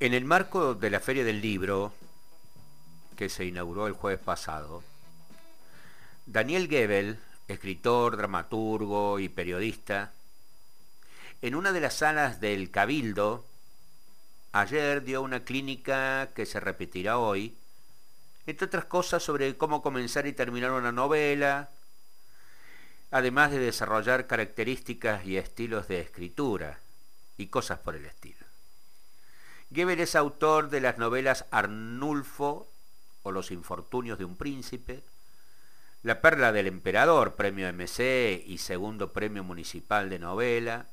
En el marco de la Feria del Libro, que se inauguró el jueves pasado, Daniel Goebel, escritor, dramaturgo y periodista, en una de las salas del Cabildo, ayer dio una clínica que se repetirá hoy, entre otras cosas sobre cómo comenzar y terminar una novela, además de desarrollar características y estilos de escritura y cosas por el estilo. Goebel es autor de las novelas Arnulfo o Los infortunios de un príncipe, La perla del emperador, premio MC y segundo premio municipal de novela,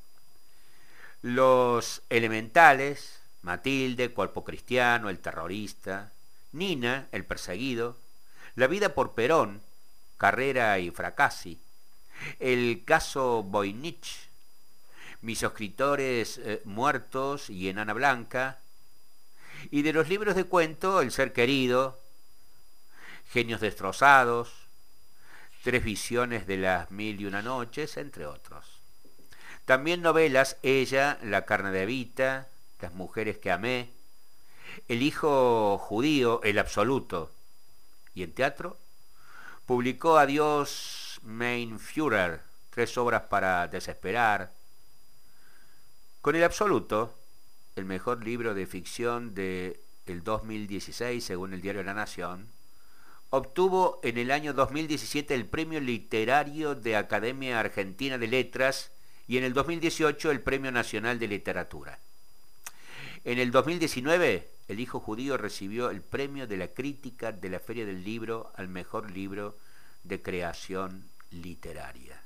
Los elementales, Matilde, Cuerpo cristiano, El terrorista, Nina, El perseguido, La vida por Perón, Carrera y Fracassi, El caso Voynich, Mis escritores muertos y Enana Blanca, y de los libros de cuento El ser querido, Genios destrozados, Tres visiones de las mil y una noches, entre otros. También novelas Ella, La carne de Evita, Las mujeres que amé, El hijo judío, El absoluto. Y en teatro publicó Adiós mein Führer, Tres obras para desesperar. Con El absoluto, el mejor libro de ficción del 2016 según el diario La Nación, obtuvo en el año 2017 el Premio Literario de Academia Argentina de Letras y en el 2018 el Premio Nacional de Literatura. En el 2019, El hijo judío recibió el Premio de la Crítica de la Feria del Libro al mejor libro de creación literaria.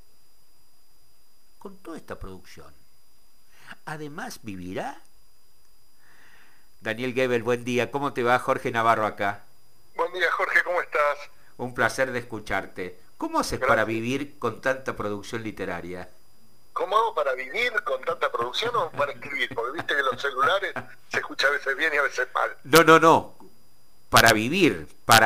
Con toda esta producción, además vivirá. Daniel Goebel, buen día. ¿Cómo te va? Jorge Navarro acá. Buen día, Jorge, ¿cómo estás? Un placer de escucharte. ¿Cómo haces para vivir con tanta producción literaria? ¿Cómo hago para vivir con tanta producción o para escribir? Porque viste que los celulares se escucha a veces bien y a veces mal. No. Para vivir.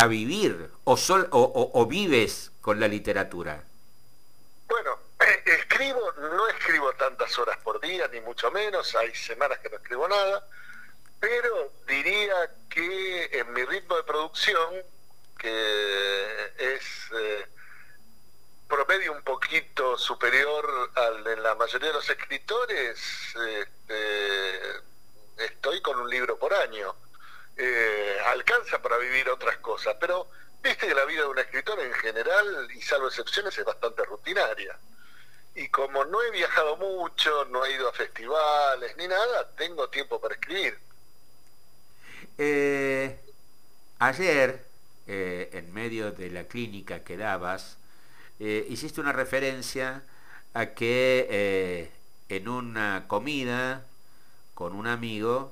O vives con la literatura. Bueno, no escribo tantas horas por día, ni mucho menos. Hay semanas que no escribo nada. Pero diría que en mi ritmo de producción, que es promedio un poquito superior al de la mayoría de los escritores, estoy con un libro por año. Alcanza para vivir otras cosas, pero viste que la vida de un escritor en general, y salvo excepciones, es bastante rutinaria. Y como no he viajado mucho, no he ido a festivales ni nada, tengo tiempo para escribir. Ayer, en medio de la clínica que dabas, hiciste una referencia a que en una comida con un amigo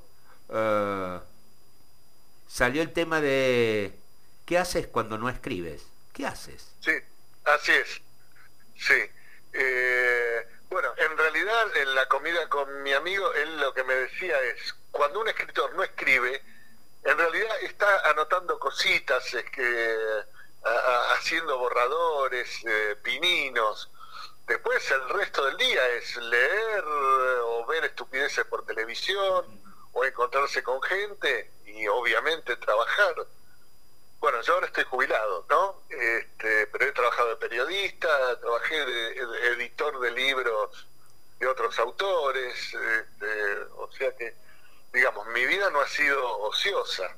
salió el tema de ¿qué haces cuando no escribes? ¿Qué haces? Sí, así es. Sí. Bueno, en realidad en la comida con mi amigo, él lo que me decía es, cuando un escritor no escribe, en realidad está anotando cositas, haciendo borradores, pininos. Después el resto del día es leer o ver estupideces por televisión o encontrarse con gente y obviamente trabajar. Bueno, yo ahora estoy jubilado, ¿no? Pero he trabajado de periodista, trabajé de editor de libros de otros autores, o sea que, digamos, mi vida no ha sido ociosa.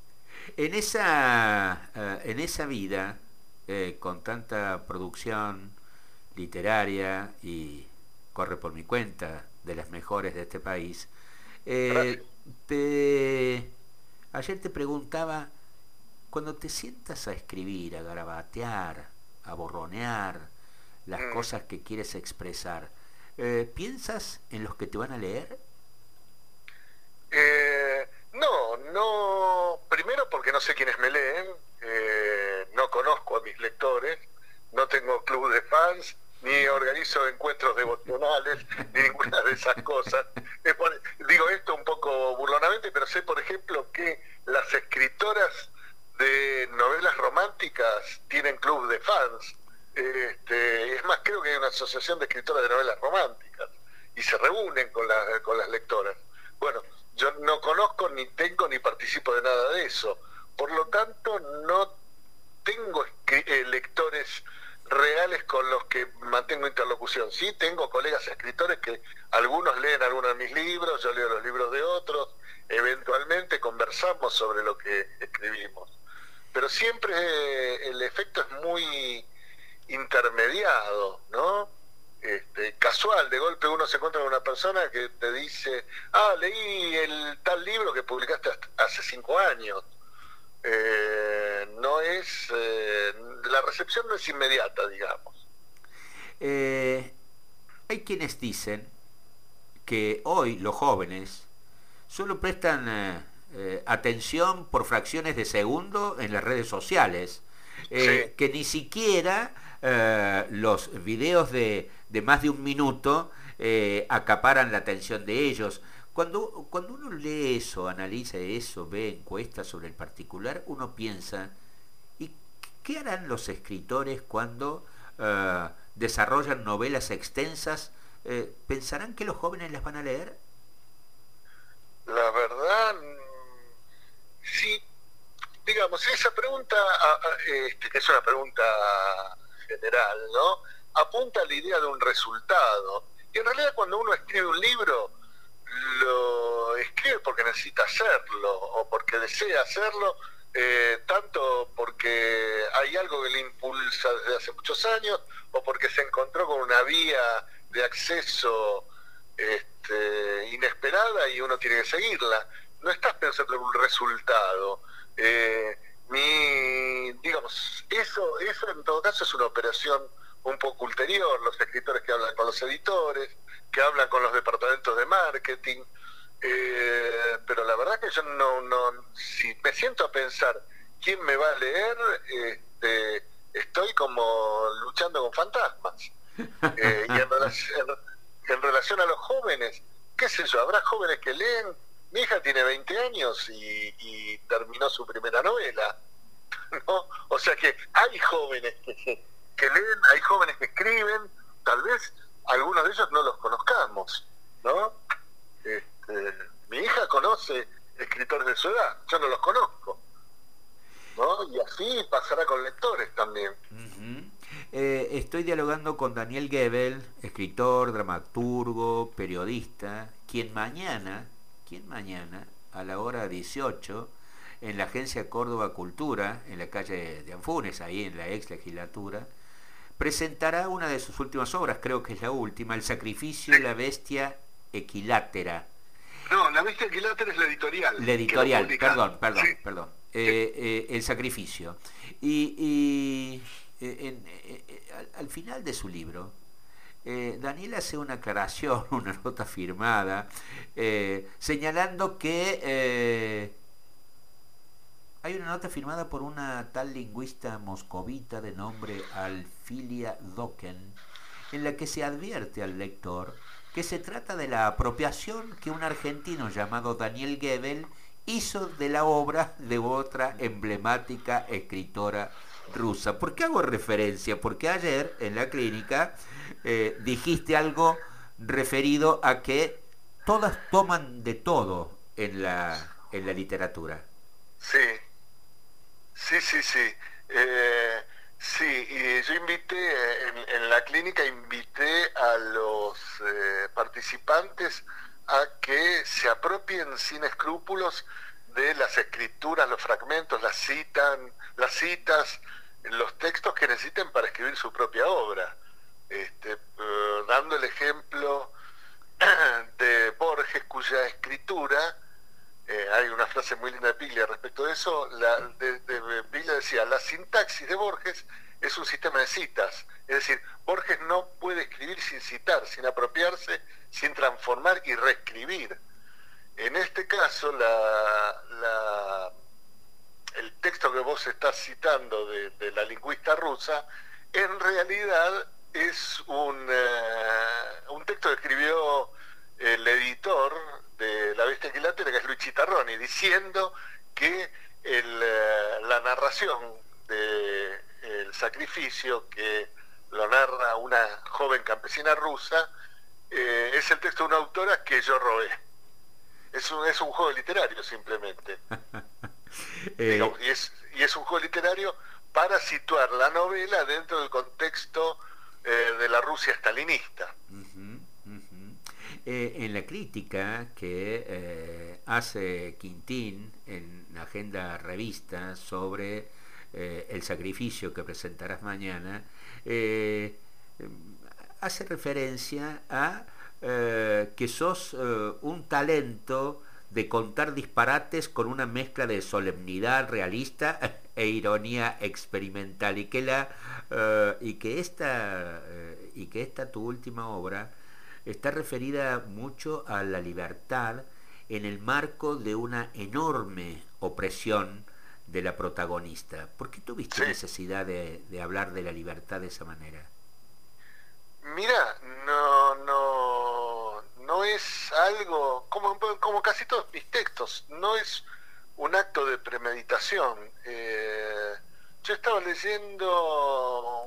En esa vida, con tanta producción literaria y corre por mi cuenta de las mejores de este país, Gracias. eh, ayer te preguntaba, cuando te sientas a escribir, a garabatear, a borronear las Mm. cosas que quieres expresar, ¿piensas en los que te van a leer? No, primero porque no sé quiénes me leen, no conozco a mis lectores, no tengo club de fans, ni organizo encuentros devocionales, ni ninguna de esas cosas. Digo esto un poco burlonamente, pero sé, por ejemplo, que las escritoras de novelas románticas tienen club de fans. Es más, creo que hay una asociación de escritoras de novelas románticas y se reúnen con las lectoras. Bueno, Yo no conozco, ni tengo, ni participo de nada de eso. Por lo tanto, no tengo lectores reales con los que mantengo interlocución. Sí, tengo colegas escritores que algunos leen algunos de mis libros, yo leo los libros de otros, eventualmente conversamos sobre lo que escribimos. Pero siempre el efecto es muy intermediado, ¿no? Casual, de golpe uno se encuentra con una persona que te dice, leí el tal libro que publicaste hace 5 años. No es, la recepción no es inmediata, digamos. Hay quienes dicen que hoy los jóvenes solo prestan atención por fracciones de segundo en las redes sociales, Sí. que ni siquiera los videos de más de un minuto acaparan la atención de ellos. Cuando uno lee eso, analiza eso, ve encuestas sobre el particular, uno piensa, ¿y qué harán los escritores cuando desarrollan novelas extensas? ¿Pensarán que los jóvenes las van a leer? La verdad, sí, digamos, esa pregunta, que es una pregunta general, ¿no? Apunta a la idea de un resultado. Y en realidad cuando uno escribe un libro, lo escribe porque necesita hacerlo o porque desea hacerlo, tanto porque hay algo que le impulsa desde hace muchos años o porque se encontró con una vía de acceso inesperada y uno tiene que seguirla. No estás pensando en un resultado. Digamos, eso en todo caso es una operación un poco ulterior, los escritores que hablan con los editores, que hablan con los departamentos de marketing, pero la verdad que yo si me siento a pensar quién me va a leer, estoy como luchando con fantasmas. Y en relación a los jóvenes, qué sé yo, habrá jóvenes que leen. Mi hija tiene 20 años y terminó su primera novela, ¿no? O sea que hay jóvenes que leen, hay jóvenes que escriben, tal vez algunos de ellos no los conozcamos, ¿no? Mi hija conoce escritores de su edad, yo no los conozco, ¿no? Y así pasará con lectores también. Uh-huh. Estoy dialogando con Daniel Gebel, escritor, dramaturgo, periodista, quien mañana, a la hora 18, en la agencia Córdoba Cultura, en la calle de Anfunes, ahí en la ex legislatura, presentará una de sus últimas obras, creo que es la última, El sacrificio Sí. de la bestia equilátera. No, La Bestia Equilátera es la editorial. La Que lo editorial, publica. perdón. El sacrificio. Al final de su libro, Daniel hace una aclaración, una nota firmada, señalando que hay una nota firmada por una tal lingüista moscovita de nombre Alfilia Dokken, en la que se advierte al lector que se trata de la apropiación que un argentino llamado Daniel Gebel hizo de la obra de otra emblemática escritora rusa. ¿Por qué hago referencia? Porque ayer en la clínica dijiste algo referido a que todas toman de todo en la literatura. Sí, sí. Sí, y yo en la clínica invité a los participantes a que se apropien sin escrúpulos de las escrituras, los fragmentos, las citas, los textos que necesiten para escribir su propia obra. Dando el ejemplo de Borges, cuya escritura, hay una frase muy linda de Piglia respecto de eso, Piglia decía, la sintaxis de Borges es un sistema de citas, es decir, Borges no puede escribir sin citar, sin apropiarse, sin transformar y reescribir. En este caso, el texto que vos estás citando de la lingüista rusa, en realidad es un texto que escribió el editor de La Bestia Equilátera, que es Luis Chitarroni, diciendo que la narración del sacrificio, que lo narra una joven campesina rusa, es el texto de una autora que yo robé. es un juego literario simplemente. Eh, Digamos, y es un juego literario para situar la novela dentro del contexto de la Rusia stalinista. Ujú, ujú. En la crítica que hace Quintín en la Agenda Revista sobre el sacrificio que presentarás mañana, eh, hace referencia a que sos un talento de contar disparates con una mezcla de solemnidad realista e ironía experimental y que esta tu última obra está referida mucho a la libertad en el marco de una enorme opresión de la protagonista. ¿Por qué tuviste Sí. necesidad de hablar de la libertad de esa manera? Mira, no es algo, como casi todos mis textos, no es un acto de premeditación. Yo estaba leyendo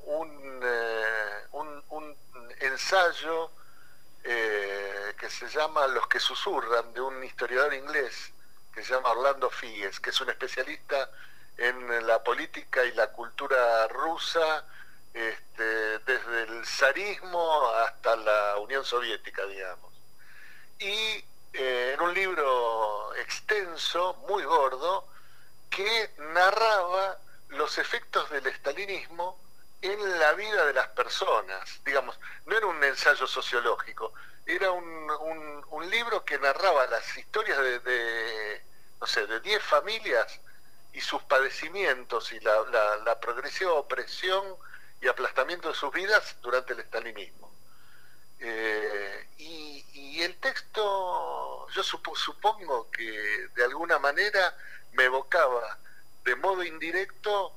un ensayo que se llama Los que susurran, de un historiador inglés que se llama Orlando Figes, que es un especialista en la política y la cultura rusa, desde el zarismo hasta la Unión Soviética, digamos. Y en un libro extenso, muy gordo, que narraba los efectos del estalinismo en la vida de las personas. Digamos, no era un ensayo sociológico, era un libro que narraba las historias no sé, de 10 familias y sus padecimientos y la progresiva opresión y aplastamiento de sus vidas durante el estalinismo. Y el texto, yo supongo que de alguna manera me evocaba de modo indirecto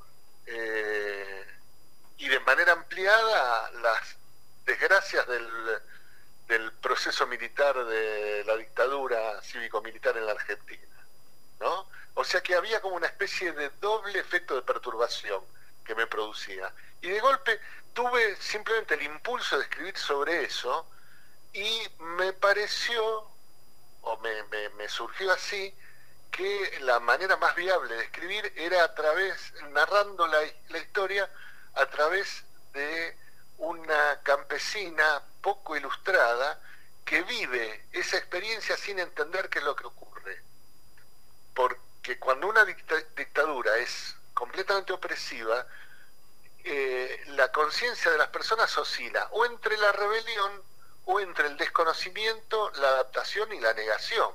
y de manera ampliada las desgracias del proceso militar de la dictadura cívico-militar en la Argentina, ¿no? O sea que había como una especie de doble efecto de perturbación que me producía. Y de golpe tuve simplemente el impulso de escribir sobre eso y me pareció, o me surgió así, que la manera más viable de escribir era a través, narrando la historia a través de una campesina poco ilustrada que vive esa experiencia sin entender qué es lo que ocurre. Porque cuando una dictadura es completamente opresiva, la conciencia de las personas oscila o entre la rebelión o entre el desconocimiento, la adaptación y la negación.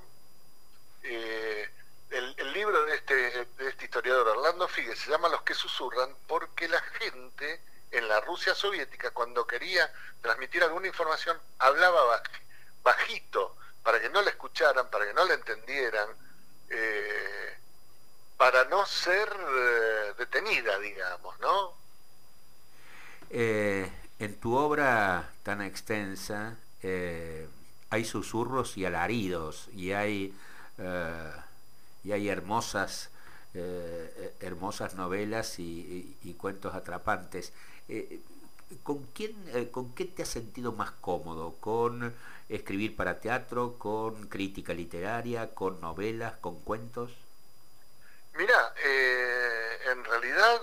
El libro de este historiador Orlando Figes se llama Los que susurran, porque la gente en la Rusia soviética, cuando quería transmitir alguna información, hablaba bajito, para que no la escucharan, para que no la entendieran, para no ser detenida, digamos, ¿no? En tu obra tan extensa hay susurros y alaridos y hay hermosas novelas y cuentos atrapantes. ¿Con qué te has sentido más cómodo? ¿Con escribir para teatro? ¿Con crítica literaria? ¿Con novelas? ¿Con cuentos? Mira, en realidad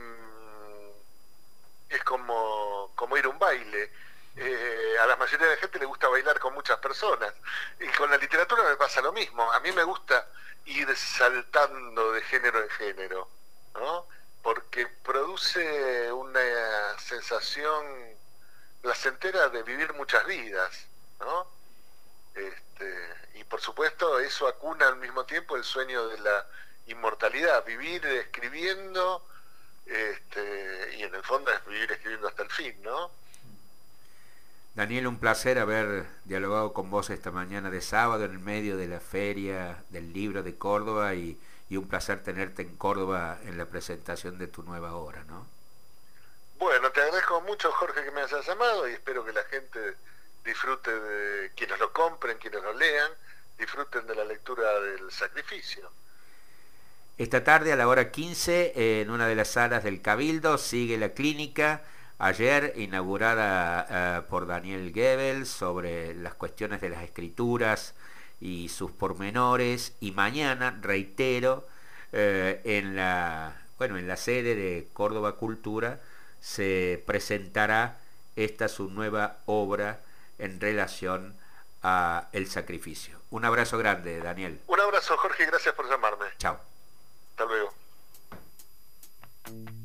es como ir a un baile. A la mayoría de la gente le gusta bailar con muchas personas. Y con la literatura me pasa lo mismo. A mí me gusta ir saltando de género en género, ¿no? Porque produce una sensación placentera de vivir muchas vidas, ¿no? Y por supuesto eso acuna al mismo tiempo el sueño de la inmortalidad, vivir escribiendo, y en el fondo es vivir escribiendo hasta el fin, ¿no? Daniel, un placer haber dialogado con vos esta mañana de sábado en el medio de la Feria del Libro de Córdoba y un placer tenerte en Córdoba en la presentación de tu nueva obra, ¿no? Bueno, te agradezco mucho, Jorge, que me hayas llamado y espero que la gente disfrute de quienes lo compren, quienes lo lean, disfruten de la lectura del sacrificio. Esta tarde a la hora 15 en una de las salas del Cabildo sigue la clínica ayer inaugurada por Daniel Goebbels sobre las cuestiones de las escrituras y sus pormenores, y mañana, reitero, en la sede de Córdoba Cultura se presentará esta su nueva obra en relación a el sacrificio. Un abrazo grande, Daniel. Un abrazo, Jorge, y gracias por llamarme. Chao. Hasta luego.